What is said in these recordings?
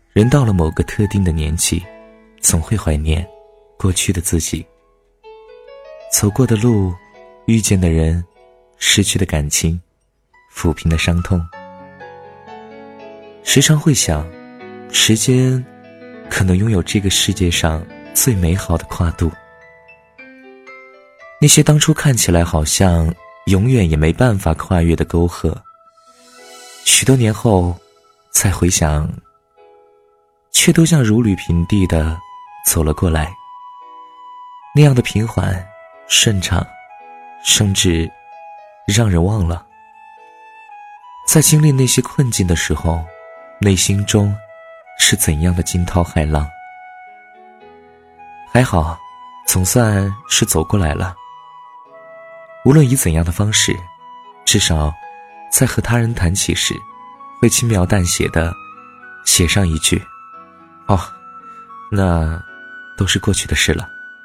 人到了某个特定的年纪，总会怀念过去的自己，走过的路，遇见的人，失去的感情，抚平的伤痛。时常会想，时间可能拥有这个世界上最美好的跨度。那些当初看起来好像永远也没办法跨越的沟壑，许多年后再回想，却都像如履平地地走了过来，那样的平缓顺畅，甚至让人忘了在经历那些困境的时候，内心中是怎样的惊涛骇浪。还好，总算是走过来了。无论以怎样的方式，至少在和他人谈起时，会轻描淡写地写上一句：哦，那都是过去的事了。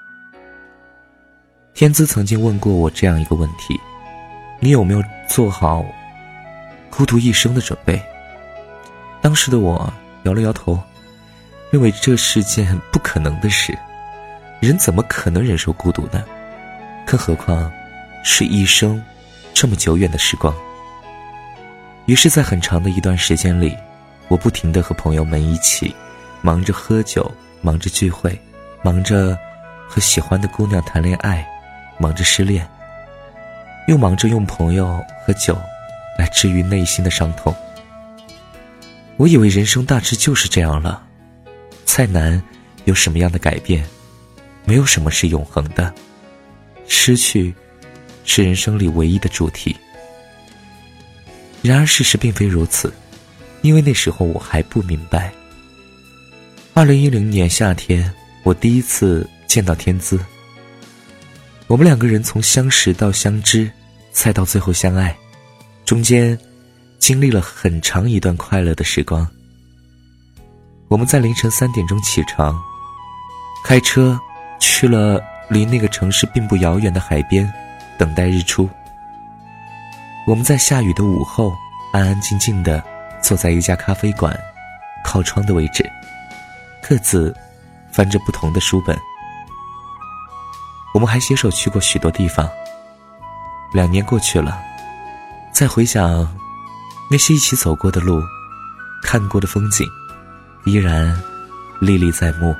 天资曾经问过我这样一个问题：你有没有做好孤独一生的准备？当时的我摇了摇头，认为这是件不可能的事，人怎么可能忍受孤独呢？更何况是一生这么久远的时光。于是在很长的一段时间里，我不停地和朋友们一起忙着喝酒，忙着聚会，忙着和喜欢的姑娘谈恋爱，忙着失恋，又忙着用朋友和酒来治愈内心的伤痛。我以为人生大致就是这样了，再难有什么样的改变，没有什么是永恒的，失去是人生里唯一的主题。然而事实并非如此，因为那时候我还不明白。2010年夏天，我第一次见到天资。我们两个人从相识到相知，再到最后相爱，中间经历了很长一段快乐的时光。我们在凌晨3点钟起床，开车去了离那个城市并不遥远的海边，等待日出。我们在下雨的午后，安安静静地坐在一家咖啡馆靠窗的位置，各自翻着不同的书本。我们还携手去过许多地方。2年过去了，再回想那些一起走过的路，看过的风景，依然历历在目。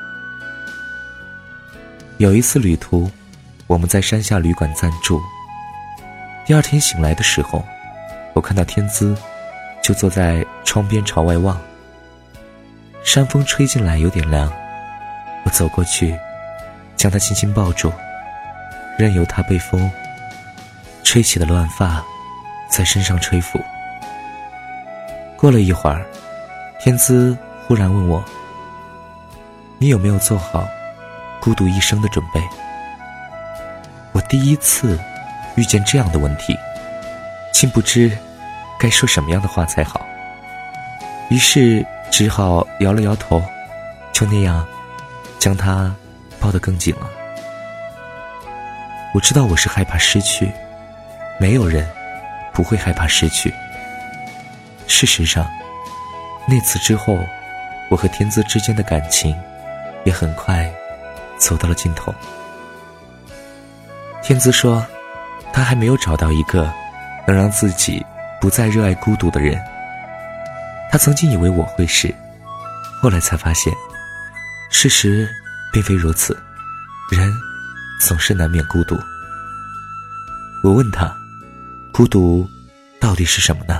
有一次旅途，我们在山下旅馆暂住。第二天醒来的时候，我看到天资就坐在窗边朝外望。山风吹进来有点凉，我走过去将他轻轻抱住，任由他被风吹起的乱发在身上吹拂。过了一会儿，天资忽然问我：你有没有做好孤独一生的准备？我第一次遇见这样的问题，竟不知该说什么样的话才好，于是只好摇了摇头，就那样将他抱得更紧了。我知道我是害怕失去，没有人不会害怕失去。事实上，那次之后，我和天资之间的感情也很快走到了尽头。天资说，他还没有找到一个能让自己不再热爱孤独的人。他曾经以为我会是，后来才发现，事实并非如此，人总是难免孤独。我问他，孤独到底是什么呢？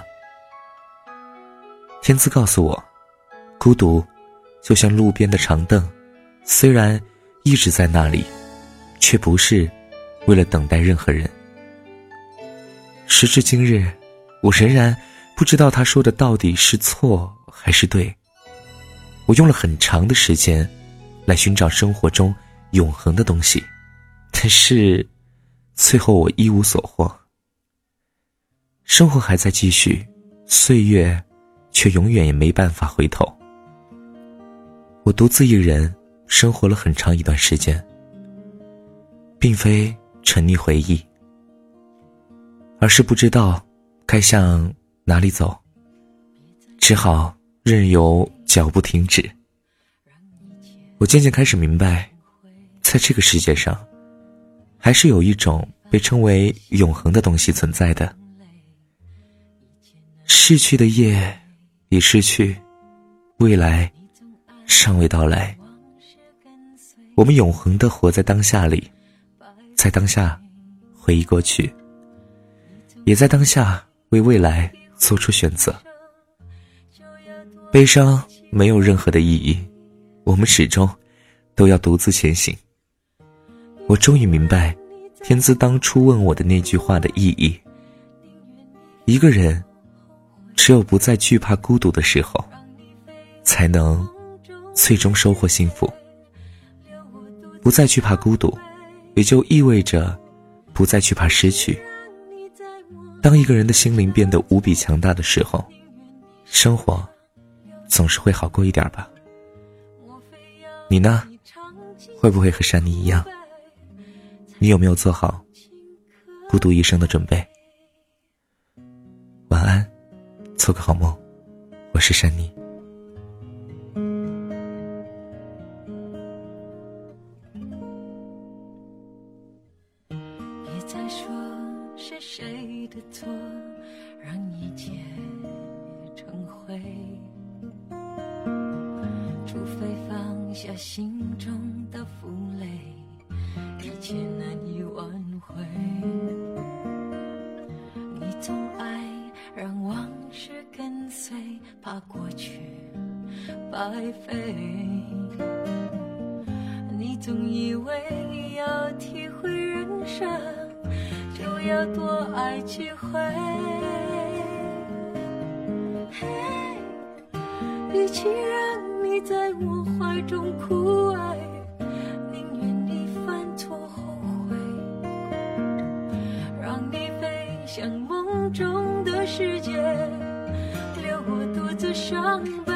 天资告诉我，孤独就像路边的长凳，虽然一直在那里，却不是为了等待任何人。时至今日，我仍然不知道他说的到底是错还是对。我用了很长的时间来寻找生活中永恒的东西，但是最后我一无所获。生活还在继续，岁月却永远也没办法回头。我独自一人生活了很长一段时间，并非沉溺回忆，而是不知道该向哪里走，只好任由脚步停止。我渐渐开始明白，在这个世界上，还是有一种被称为永恒的东西存在的。逝去的夜已逝去，未来尚未到来。我们永恒地活在当下里，在当下回忆过去，也在当下为未来做出选择。悲伤没有任何的意义，我们始终都要独自前行。我终于明白天资当初问我的那句话的意义。一个人只有不再惧怕孤独的时候，才能最终收获幸福。不再惧怕孤独，也就意味着不再惧怕失去。当一个人的心灵变得无比强大的时候，生活总是会好过一点吧。你呢？会不会和珊妮一样？你有没有做好孤独一生的准备？晚安，做个好梦。我是珊妮。 别再说是谁的错，让一切成灰，除非放下心中的负累，一切难以挽回。你总爱让往事跟随，怕过去白费。你总以为要体会人生，就要多爱几回。与其让你在我怀中枯萎，宁愿你犯错后悔，让你飞向梦中的世界，留我独自伤悲。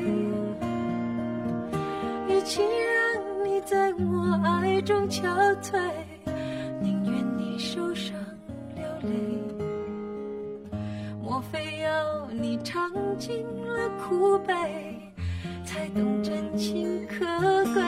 与其让你在我爱中憔悴，宁愿你受伤流泪。莫非要你尝尽了苦悲，才懂真情可贵？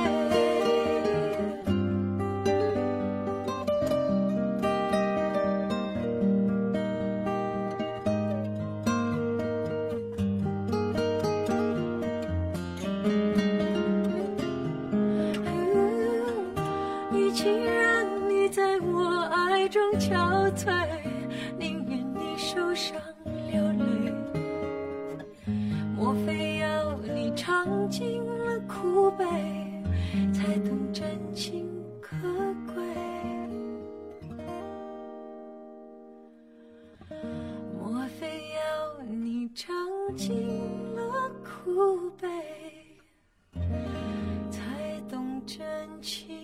与其让你在我爱中憔悴，宁愿你受伤流泪。莫非要你尝尽了苦悲，才懂真情可贵？莫非要你尝尽了苦悲，才懂真情